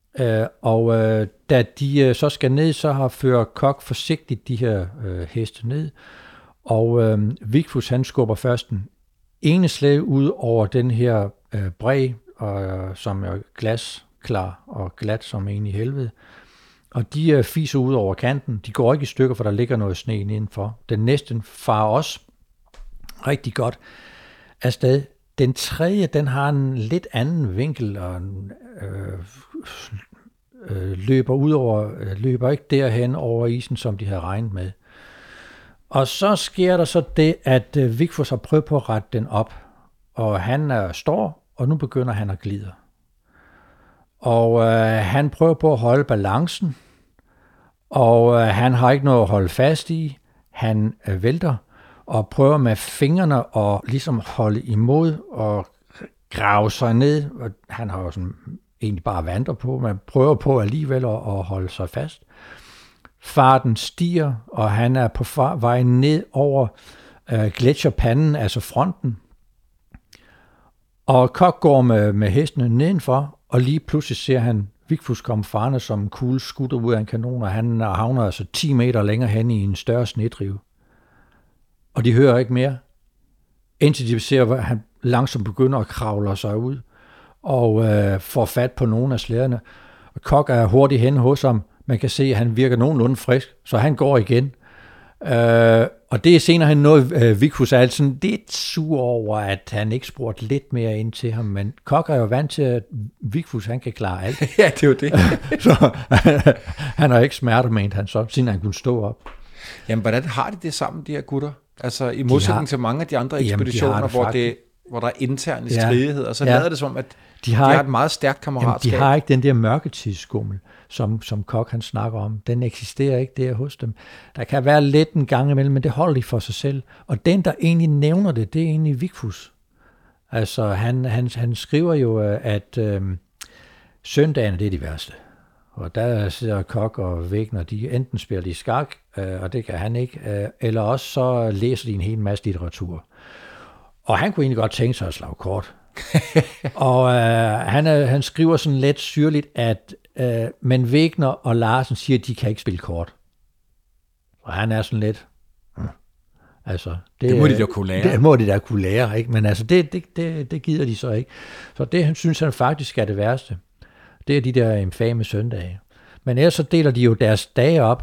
Da de så skal ned, så fører Kok forsigtigt de her heste ned, og Vigfús han skubber først den ene slæde ud over den her bræ, som er glasklar og glat som en i helvede. Og de fiser ud over kanten. De går ikke i stykker, for der ligger noget sne indenfor. Den næste farer også rigtig godt afsted. Den tredje, den har en lidt anden vinkel og løber ikke derhen over isen, som de havde regnet med. Og så sker der så det, at Vigfús har prøvet på at rette den op, og han står, og nu begynder han at glide. Og han prøver på at holde balancen, og han har ikke noget at holde fast i. Han vælter og prøver med fingrene at ligesom holde imod og grave sig ned. Og han har jo sådan egentlig bare vandret på, men prøver på alligevel at holde sig fast. Farten stiger, og han er på vej ned over gletsjerpanden, altså fronten. Og Kok går med hestene nedenfor, og lige pludselig ser han Vigfús komme farne som en kugle skudt ud af en kanon, og han havner altså 10 meter længere hen i en større snedrive. Og de hører ikke mere, indtil de ser, at han langsomt begynder at kravle sig ud, og får fat på nogle af slæderne. Og Kok er hurtigt hen hos ham. Man kan se, at han virker nogenlunde frisk, så han går igen. Og det er senere han noget, Vigfus er sådan lidt sur over, at han ikke spurgte lidt mere ind til ham, men Koch er jo vant til, at Vigfus han kan klare alt. Ja, det er jo det. Så han har ikke smerter, mente han så, siden han kunne stå op. Jamen, hvordan har de det sammen, de her gutter? Altså, i modsætning til mange af de andre ekspeditioner, hvor der er interne stridigheder, så lader det som, at de har et meget stærkt kammeratskab. De har ikke den der mørketidsskummel, som Koch han snakker om. Den eksisterer ikke der hos dem. Der kan være lidt en gang imellem, men det holder de for sig selv. Og den, der egentlig nævner det, det er egentlig Vigfus. Altså, han skriver jo, at søndagen det er de værste. Og der sidder Koch og Wegener, de enten spiller de skak, og det kan han ikke, eller også så læser de en hel masse litteratur. Og han kunne egentlig godt tænke sig at slage kort. Og han skriver sådan lidt syrligt, at men Wegener og Larsen siger, at de kan ikke spille kort. Og han er sådan lidt... Altså, det må de da kunne lære. Det må de da kunne lære, ikke? Men altså, det gider de så ikke. Så det, han synes han faktisk er det værste. Det er de der infame søndage. Men ellers så deler de jo deres dage op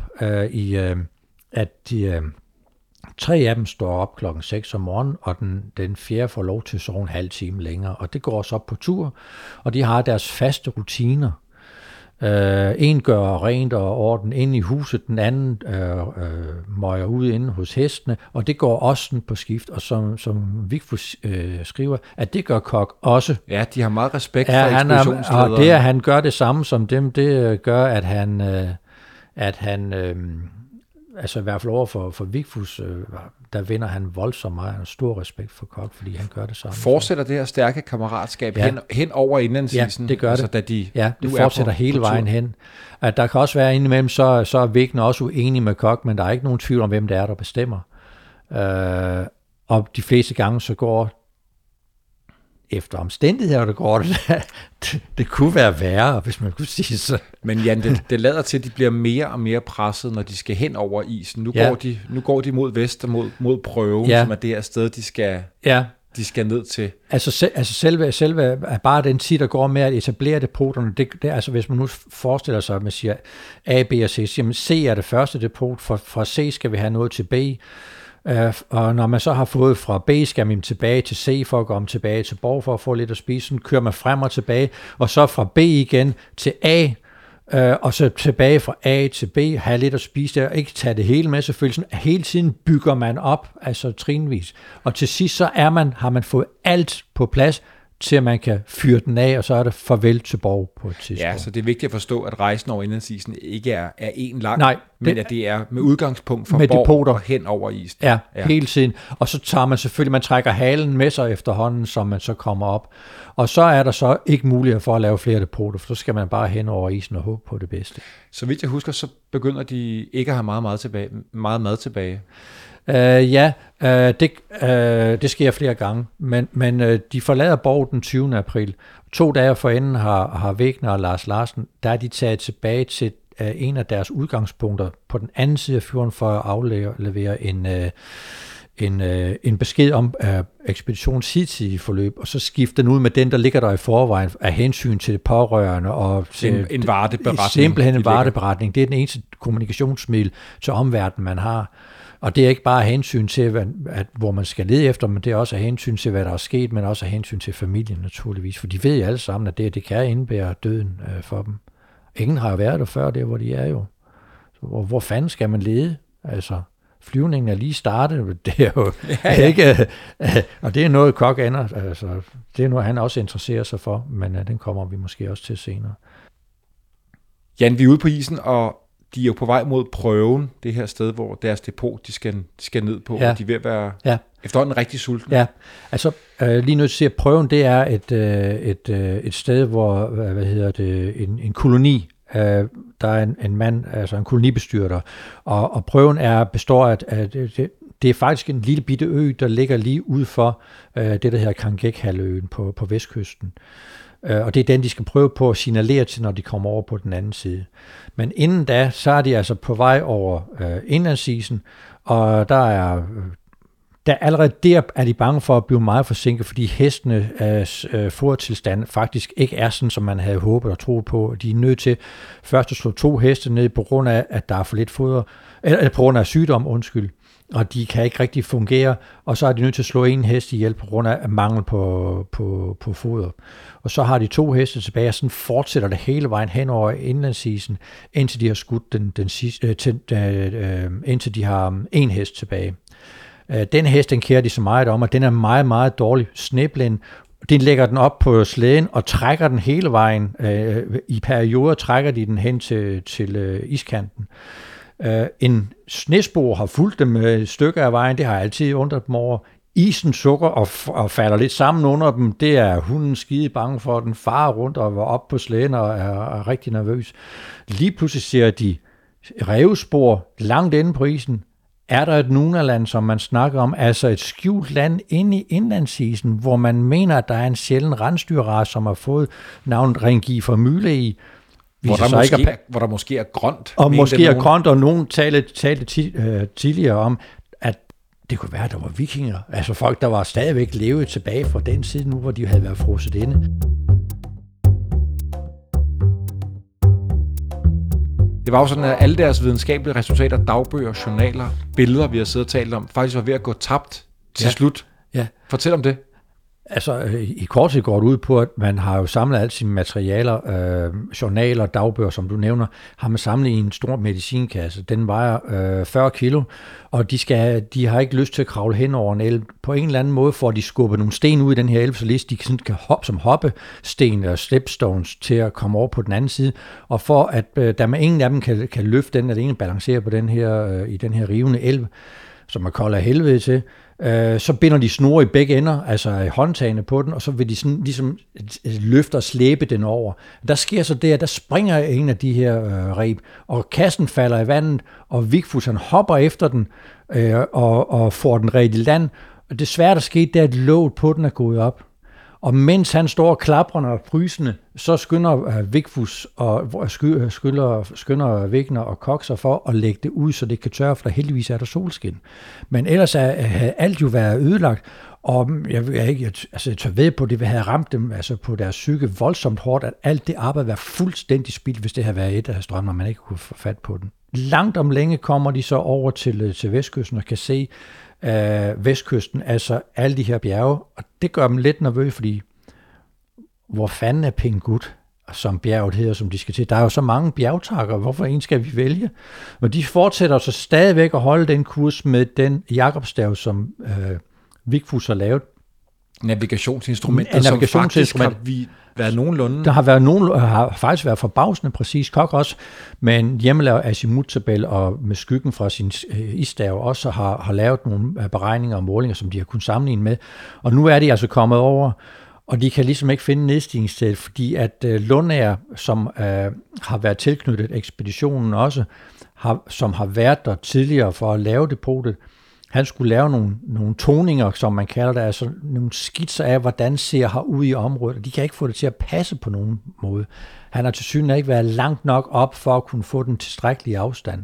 at de 3 af dem står op 6:00 om morgenen, og den 4. får lov til at sove en halv time længere. Og det går så på tur, og de har deres faste rutiner. En gør rent og orden inde i huset, den anden møjer ud inde hos hestene, og det går også på skift, og som Vigfus skriver, at det gør Koch også. Ja, de har meget respekt for ekspeditionslederen. Og det, at han gør det samme som dem, det gør, at han altså i hvert fald over for Vigfus, der vinder han voldsomt meget. Han har stor respekt for Koch, fordi han gør det samme. Fortsætter det her stærke kammeratskab hen over indlandsisen? Ja, det gør altså, det. Det fortsætter hele vejen hen. At der kan også være indimellem, så er Wegener også uenig med Koch, men der er ikke nogen tvivl om, hvem det er, der bestemmer. Og de fleste gange så går efter omstændigheder, der går det kunne være værre, hvis man kunne sige så. Men Jan, det lader til, at de bliver mere og mere presset, når de skal hen over isen. Nu går de mod vest og mod Prøven, som er det her sted, de skal ned til. Altså selve bare den tid, der går med at etablere depoterne, det altså hvis man nu forestiller sig, at man siger A, B og C, jamen C er det første depot, fra C skal vi have noget til B, og når man så har fået fra B, skal man tilbage til C for at komme tilbage til Borg for at få lidt at spise. Så kører man frem og tilbage, og så fra B igen til A, og så tilbage fra A til B, have lidt at spise der, og ikke tage det hele med selvfølgelig. Sådan, hele tiden bygger man op, altså trinvis. Og til sidst så har man fået alt på plads, til at man kan fyre den af, og så er det farvel til Borg på et tidspunkt. Ja, så det er vigtigt at forstå, at rejsen over indlandsisen ikke er en lang, men at det er med udgangspunkt fra Borg og hen over isen. Ja, hele tiden. Og så tager man selvfølgelig, man trækker halen med sig efterhånden, som man så kommer op. Og så er der så ikke mulighed for at lave flere depoter, for så skal man bare hen over isen og håbe på det bedste. Så vidt jeg husker, så begynder de ikke at have meget mad tilbage. Det sker flere gange, men de forlader Borg den 20. april. 2 dage forinden har Wegener og Lars Larsen, der er de taget tilbage til en af deres udgangspunkter på den anden side af fjorden for at aflevere en besked om ekspeditionens hidtidige forløb, og så skifte den ud med den, der ligger der i forvejen af hensyn til det pårørende. Og til en varteberetning. Simpelthen en varteberetning. Det er den eneste kommunikationsmiddel til omverdenen, man har. Og det er ikke bare hensyn til, hvor man skal lede efter, men det er også hensyn til, hvad der er sket, men også hensyn til familien naturligvis. For de ved alle sammen, at det kan indebære døden for dem. Ingen har været der før, der hvor de er jo. Så hvor fanden skal man lede? Altså, flyvningen er lige startet, det er jo ikke... Og det er noget, Koch altså, det er noget, han også interesserer sig for, men den kommer vi måske også til senere. Jan, vi er ude på isen, og de er jo på vej mod Prøven, det her sted, hvor deres depot, de skal ned på, og de er ved at være efterhånden rigtig sultne. Ja, altså lige nu til at Prøven, det er et sted, hvor, en koloni, der er en mand, altså en kolonibestyrter, og Prøven består af, det er faktisk en lille bitte ø, der ligger lige ud for det, der hedder Kangek-halvøen på vestkysten. Og det er den, de skal prøve på at signalere til, når de kommer over på den anden side. Men inden da, så er de altså på vej over indlandsisen, og der allerede der er de bange for at blive meget forsinket, fordi hestenes fodertilstand faktisk ikke er sådan, som man havde håbet og troet på. De er nødt til først at slå 2 heste ned på grund af, at der er for lidt foder, eller på grund af sygdom, og de kan ikke rigtig fungere, og så er de nødt til at slå en hest ihjel på grund af mangel på foder. Og så har de 2 heste tilbage, og sådan fortsætter det hele vejen hen over indlandsisen, indtil de har skudt den sidste, indtil de har 1 hest tilbage. Den hest, den kærer de så meget om, og den er meget, meget dårlig sneblind. De lægger den op på slæden og trækker den hele vejen. I perioder trækker de den hen til iskanten. En snespor har fulgt dem et stykke af vejen, det har altid undret dem over. Isen sukker og falder lidt sammen under dem. Det er hunden skide bange for. Den farer rundt og var op på slæden og er rigtig nervøs. Lige pludselig ser de rævespor langt inde på isen. Er der et Nunaland, som man snakker om, altså et skjult land inde i indlandsisen, hvor man mener, at der er en sjælden rensdyrrace, som har fået navnet Ringifer Myle i, hvor der måske er grønt. Og måske er grønt, og nogen talte tidligere om, at det kunne være, at der var vikinger. Altså folk, der var stadigvæk levet tilbage fra den side nu, hvor de havde været frosset inde. Det var jo sådan, at alle deres videnskabelige resultater, dagbøger, journaler, billeder, vi har siddet og talt om, faktisk var ved at gå tabt til slut. Ja. Fortæl om det. Altså, i korthed går det ud på, at man har jo samlet alle sine materialer, journaler, dagbøger, som du nævner, har man samlet i en stor medicinkasse. Den vejer 40 kilo, og de har ikke lyst til at kravle hen over en elv. På en eller anden måde får de skubbet nogle sten ud i den her elv, så de kan hoppe som hoppesten eller stepstones til at komme over på den anden side. Og for at der med ingen af dem kan løfte den, at ingen balancerer på den her, i den her rivende elv, som er kold af helvede til, så binder de snore i begge ender, altså håndtagene på den, og så vil de sådan, ligesom løfte og slæbe den over. Der sker så det, at der springer en af de her reb, og kassen falder i vandet, og Vigfus han hopper efter den, og får den redt i land. Og desværre der skete det, at låget på den er gået op. Og mens han står klaprende og frysende, så skynder Vigfus og skynder Vigner og kokser for at lægge det ud, så det kan tørre, for der heldigvis er der solskin. Men ellers havde alt jo været ødelagt, og jeg tør ved på, det havde ramt dem altså på deres psyke voldsomt hårdt, at alt det arbejde var fuldstændig spildt, hvis det havde været et af strømmer, man ikke kunne få fat på den. Langt om længe kommer de så over til vestkysten og kan se vestkysten, altså alle de her bjerge, og det gør dem lidt nervøse, fordi hvor fanden er Pingut, som bjerget hedder, som de skal til. Der er jo så mange bjergtakker, hvorfor en skal vi vælge? Og de fortsætter så stadigvæk at holde den kurs med den Jakobstav, som Vigfus har lavet. Navigationsinstrumenter, som faktisk har været nogenlunde. Der har faktisk været forbavsende præcis. Kok også med en hjemmelavet azimuttabel og med skyggen fra sin isstav også har lavet nogle beregninger og målinger, som de har kunnet sammenligne med. Og nu er de altså kommet over, og de kan ligesom ikke finde nedstigningssted, fordi at Lundager, som har været tilknyttet ekspeditionen også, som har været der tidligere for at lave depotet, han skulle lave nogle toninger, som man kalder det, altså nogle skitser af, hvordan ser her ud i området, og de kan ikke få det til at passe på nogen måde. Han har til synligheden ikke været langt nok op for at kunne få den tilstrækkelige afstand.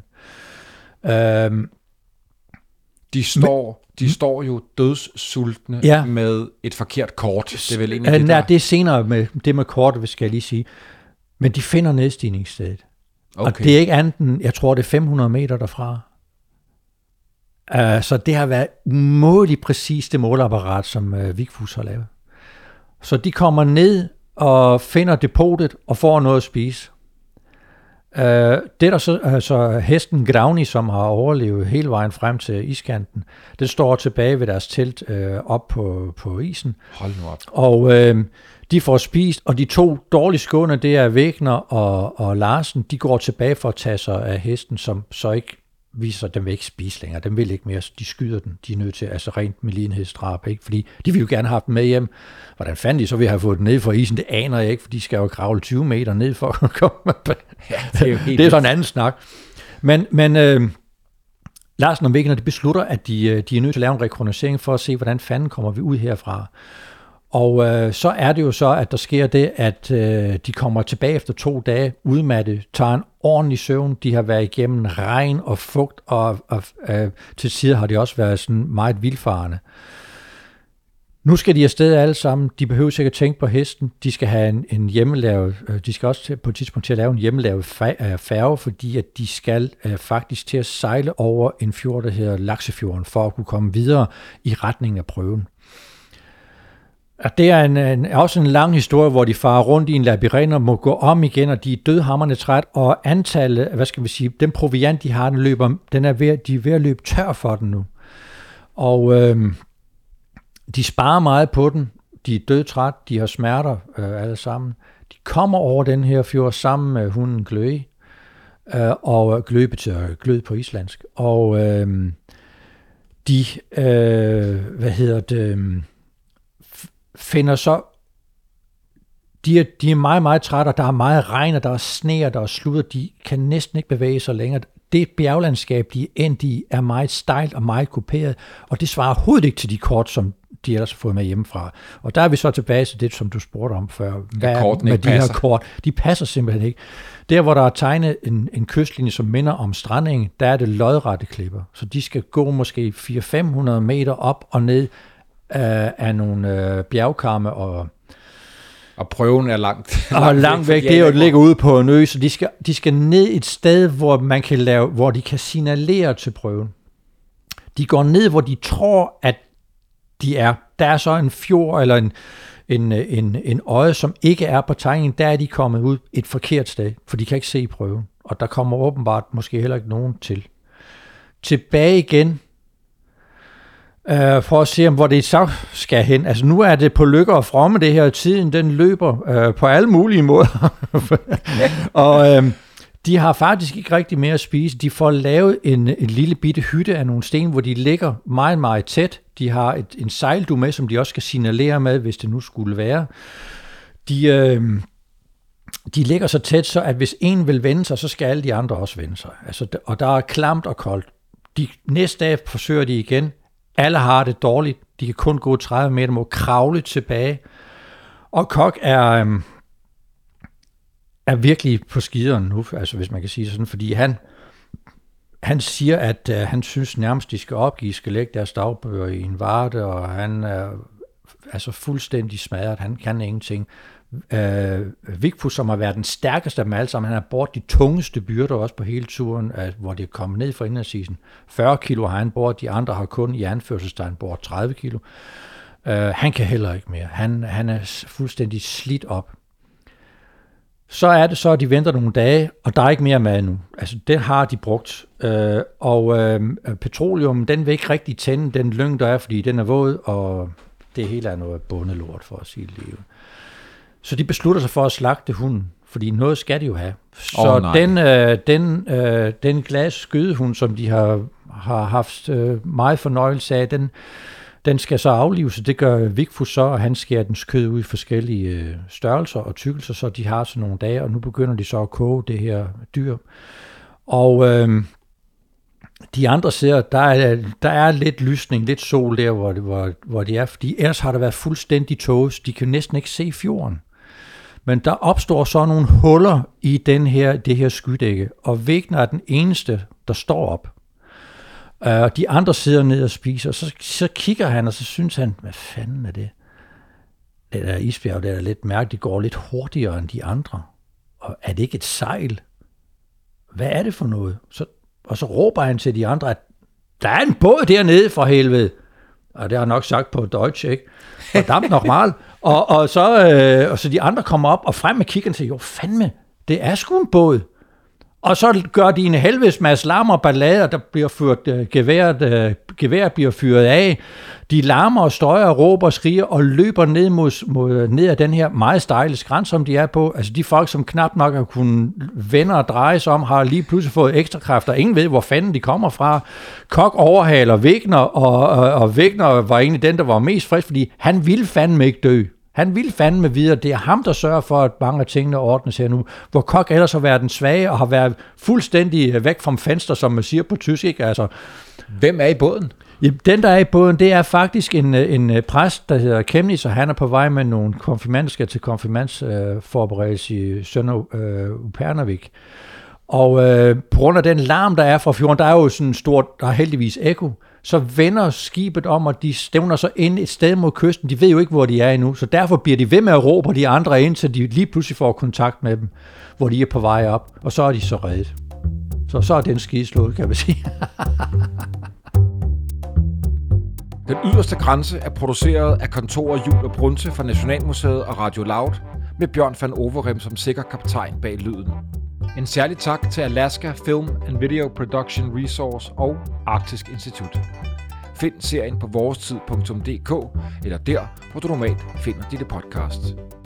De står jo dødssultne med et forkert kort. Det er vel egentlig det, der... det er senere med det med kortet, skal jeg lige sige. Men de finder nedstigningsstedet. Okay. Og det er ikke andet end, jeg tror, det er 500 meter derfra. Så det har været umådeligt præcis det måleapparat, som Vigfus har lavet. Så de kommer ned og finder depotet og får noget at spise. Det er der så hesten Gravni, som har overlevet hele vejen frem til iskanten. Den står tilbage ved deres telt op på isen. Hold nu op. Og de får spist, og de 2 dårligt skåne, det er Vægner og Larsen, de går tilbage for at tage sig af hesten, som så ikke viser, at den vil ikke spise længere. Den vil ikke mere. De skyder den. De er nødt til, altså rent med lidenhedsdrab, ikke? Fordi de vil jo gerne have den med hjem. Hvordan fanden de så vil have fået den ned fra isen? Det aner jeg ikke, for de skal jo kravle 20 meter ned for at komme. Ja, det er sådan en anden snak. Men Larsen og Wegener, de beslutter, at de er nødt til at lave en rekognoscering for at se, hvordan fanden kommer vi ud herfra. Og så er det jo så, at der sker det, at de kommer tilbage efter 2 dage udmattet, tager en ordentlig søvn. De har været igennem regn og fugt, og til tider har de også været sådan meget vildfarende. Nu skal de afsted alle sammen. De behøver sikkert tænke på hesten. De skal have en hjemmelavet, de skal også på et tidspunkt til at lave en hjemmelavet færge, fordi at de skal faktisk til at sejle over en fjord, der hedder Laksefjorden, for at kunne komme videre i retning af prøven. Og det er også en lang historie, hvor de farer rundt i en labyrint og må gå om igen, og de er dødhamrende træt, og antallet, den proviant, de har, de er ved at løbe tør for den nu. Og de sparer meget på den. De er dødtræt, de har smerter alle sammen. De kommer over den her fjord sammen med hunden Gløe, og Gløe betyder glød på islandsk. Og de finder så, de er meget, meget trætte, og der er meget regn, og der er sne, og der er slud, de kan næsten ikke bevæge sig længere. Det bjerglandskab, de er endt i, er meget stejlt og meget kuperet, og det svarer overhovedet ikke til de kort, som de ellers har fået med hjemmefra. Og der er vi så tilbage til det, som du spurgte om før. Hvad med de her kort? De passer simpelthen ikke. Der, hvor der er tegnet en kystlinje, som minder om strandingen, der er det lodrette klipper. Så de skal gå måske 400-500 meter op og ned af nogle bjergkamme, og prøven er langt væk. Det er jo ligger ude på en ø, så de skal ned et sted, hvor de kan signalere til prøven. De går ned, hvor de tror, at de er. Der er så en fjord eller en øje, som ikke er på tegningen. Der er de kommet ud et forkert sted, for de kan ikke se prøven. Og der kommer åbenbart måske heller ikke nogen til. Tilbage igen, for at se, hvor det så skal hen. Altså nu er det på lykke og fromme, det her. Tiden, den løber på alle mulige måder. Og de har faktisk ikke rigtig mere at spise. De får lavet en lille bitte hytte af nogle sten, hvor de ligger meget, meget tæt. De har en sejldu med, som de også skal signalere med, hvis det nu skulle være. De ligger så tæt, så at hvis en vil vende sig, så skal alle de andre også vende sig. Altså, og der er klamt og koldt. Næste dag forsøger de igen. Alle har det dårligt. De kan kun gå 30 meter, må kravle tilbage. Og Kok er virkelig på skideren nu, altså hvis man kan sige sådan, fordi han siger, at han synes nærmest, de skal opgive, skal lægge deres dagbøger i en varte, og han er altså fuldstændig smadret. Han kan ingenting. Vigfús, som har været den stærkeste af dem alle sammen, han har båret de tungeste byrder også på hele turen, hvor de er kommet ned fra indlandsisen. 40 kilo har han båret, de andre har kun i anførselstegn båret 30 kilo. Han kan heller ikke mere. Han er fuldstændig slidt op. Så er det så, at de venter nogle dage, og der er ikke mere mad nu. Altså, den har de brugt. Petroleum, den vil ikke rigtig tænde den lyng, der er, fordi den er våd, og det hele er noget bundelort, for at sige det livet. Så de beslutter sig for at slagte hunden, fordi noget skal de jo have. Så den glas skødehund, som de har haft meget fornøjelse af, den skal så aflives, så det gør Vigfús så, og han skærer dens kød ud i forskellige størrelser og tykkelser, så de har sådan nogle dage, og nu begynder de så at koge det her dyr. Og de andre ser, der er lidt lysning, lidt sol der, hvor de er, fordi ellers har der været fuldstændig tåges. De kan næsten ikke se fjorden. Men der opstår så nogle huller i det her skydække, og Wegner er den eneste, der står op. De andre sidder ned og spiser, og så kigger han, og så synes han, hvad fanden er det? Det der isbjerg, det er lidt mærkeligt, det går lidt hurtigere end de andre. Og er det ikke et sejl? Hvad er det for noget? Og så råber han til de andre, at der er en båd dernede for helvede. Og det har han nok sagt på Deutsch, ikke? Verdammt normal. Og så de andre kommer op og frem med kiggeren og siger, jo fandme, det er sgu en båd. Og så gør de en helvedes masse larm og ballade, og der bliver ført geværet bliver fyret af. De larmer og støjer og råber og skriger og løber ned ad den her meget stejle skrænt, som de er på. Altså de folk, som knap nok har kunnet vende og dreje sig om, har lige pludselig fået ekstra kræfter. Ingen ved, hvor fanden de kommer fra. Kok overhaler Wegner, og Wegner var egentlig den, der var mest frisk, fordi han ville fandme ikke dø. Han vil fandme videre. Det er ham, der sørger for, at mange af tingene ordnes her nu. Hvor Kok ellers har været den svage, og har været fuldstændig væk fra fenster, som man siger på tysk. Ikke? Altså, hvem er i båden? Den, der er i båden, det er faktisk en præst, der hedder Kemnis, og han er på vej med nogle konfirmander til konfirmandsforberedelse i Sønder Upernavik. Og på grund af den larm, der er fra fjorden, der er jo sådan stort, der er heldigvis ekko, så vender skibet om, og de stævner så ind et sted mod kysten. De ved jo ikke, hvor de er endnu, så derfor bliver de ved med at råbe de andre ind, så de lige pludselig får kontakt med dem, hvor de er på vej op, og så er de så reddet. Så er den skide slået, kan man sige. Den yderste grænse er produceret af kontoret Juhl og Brunse fra Nationalmuseet og Radio Loud, med Bjørn van Overem som sikker kaptajn bag lyden. En særlig tak til Alaska Film and Video Production Resource og Arktisk Institut. Find serien på vorestid.dk eller der, hvor du normalt finder dine podcasts.